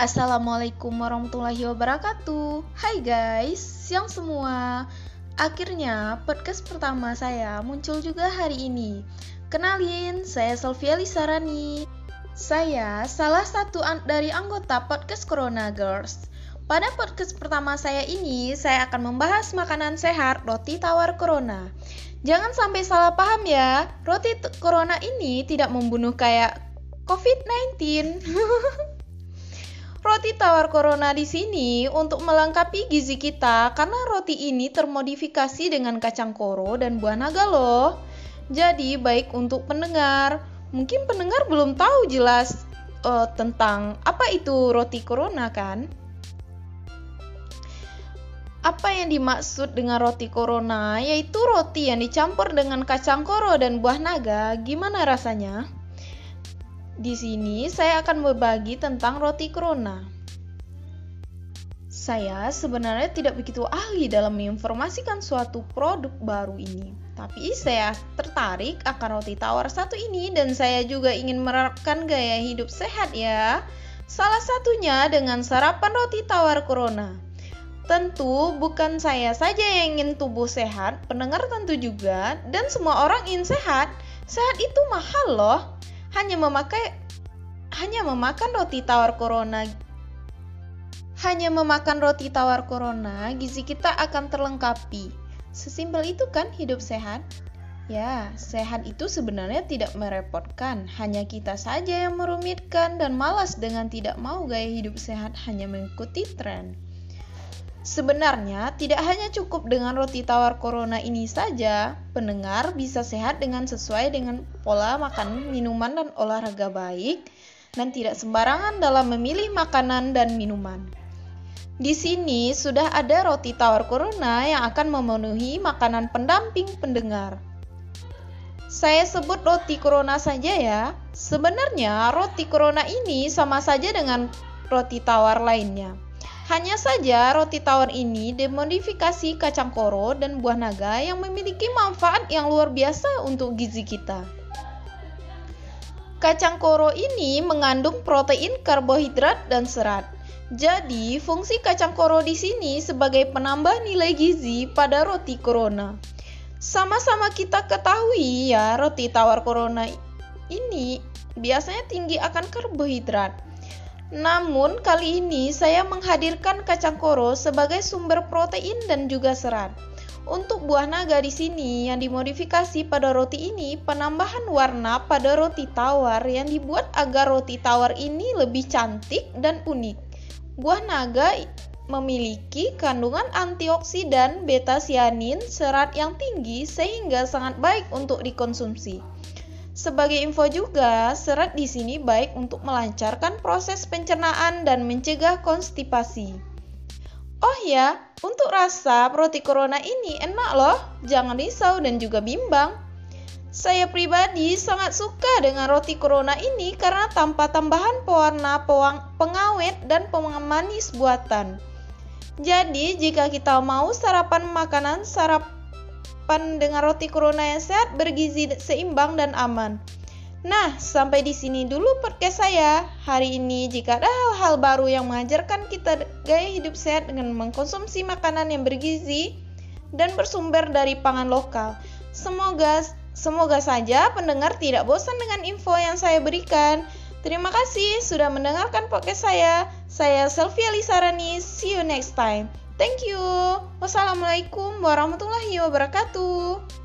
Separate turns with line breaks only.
Assalamualaikum warahmatullahi wabarakatuh. Hai guys, siang semua. Akhirnya podcast pertama saya muncul juga hari ini. Kenalin, saya Selvia Lisarani. Saya salah satu dari anggota podcast Corona Girls. Pada podcast pertama saya ini, saya akan membahas makanan sehat roti tawar Corona. Jangan sampai salah paham ya, roti Corona ini tidak membunuh kayak COVID-19. Roti tawar Corona di sini untuk melengkapi gizi kita karena roti ini termodifikasi dengan kacang koro dan buah naga loh. Jadi baik untuk pendengar. Mungkin pendengar belum tahu jelas tentang apa itu roti Corona kan? Apa yang dimaksud dengan roti Corona? Yaitu roti yang dicampur dengan kacang koro dan buah naga. Gimana rasanya? Di sini saya akan berbagi tentang roti Corona. Saya sebenarnya tidak begitu ahli dalam menginformasikan suatu produk baru ini, tapi saya tertarik akan roti tawar satu ini dan saya juga ingin menerapkan gaya hidup sehat ya. Salah satunya dengan sarapan roti tawar Corona. Tentu bukan saya saja yang ingin tubuh sehat, pendengar tentu juga, dan semua orang ingin sehat. Sehat itu mahal loh. Hanya memakan roti tawar Corona, gizi kita akan terlengkapi. Sesimpel itu kan hidup sehat? Ya, sehat itu sebenarnya tidak merepotkan, hanya kita saja yang merumitkan dan malas dengan tidak mau gaya hidup sehat hanya mengikuti tren. Sebenarnya tidak hanya cukup dengan roti tawar Corona ini saja, pendengar bisa sehat dengan sesuai dengan pola makan, minuman, dan olahraga baik, dan tidak sembarangan dalam memilih makanan dan minuman. Di sini sudah ada roti tawar Corona yang akan memenuhi makanan pendamping pendengar. Saya sebut roti Corona saja ya. Sebenarnya roti Corona ini sama saja dengan roti tawar lainnya. Hanya saja roti tawar ini dimodifikasi kacang koro dan buah naga yang memiliki manfaat yang luar biasa untuk gizi kita. Kacang koro ini mengandung protein, karbohidrat, dan serat. Jadi, fungsi kacang koro di sini sebagai penambah nilai gizi pada roti Corona. Sama-sama kita ketahui ya, roti tawar Corona ini biasanya tinggi akan karbohidrat. Namun kali ini saya menghadirkan kacang koro sebagai sumber protein dan juga serat. Untuk buah naga di sini yang dimodifikasi pada roti ini penambahan warna pada roti tawar yang dibuat agar roti tawar ini lebih cantik dan unik. Buah naga memiliki kandungan antioksidan, beta-sianin, serat yang tinggi sehingga sangat baik untuk dikonsumsi. Sebagai info juga, serat di sini baik untuk melancarkan proses pencernaan dan mencegah konstipasi. Oh ya, untuk rasa roti Corona ini enak loh, jangan risau dan juga bimbang. Saya pribadi sangat suka dengan roti Corona ini karena tanpa tambahan pewarna, pengawet, dan pemanis buatan. Jadi, jika kita mau sarapan dengan roti Corona yang sehat, bergizi, seimbang, dan aman. Nah, sampai di sini dulu podcast saya. Hari ini jika ada hal-hal baru yang mengajarkan kita gaya hidup sehat dengan mengkonsumsi makanan yang bergizi dan bersumber dari pangan lokal. Semoga saja pendengar tidak bosan dengan info yang saya berikan. Terima kasih sudah mendengarkan podcast saya. Saya Selvia Lisarani. See you next time. Thank you. Wassalamualaikum warahmatullahi wabarakatuh.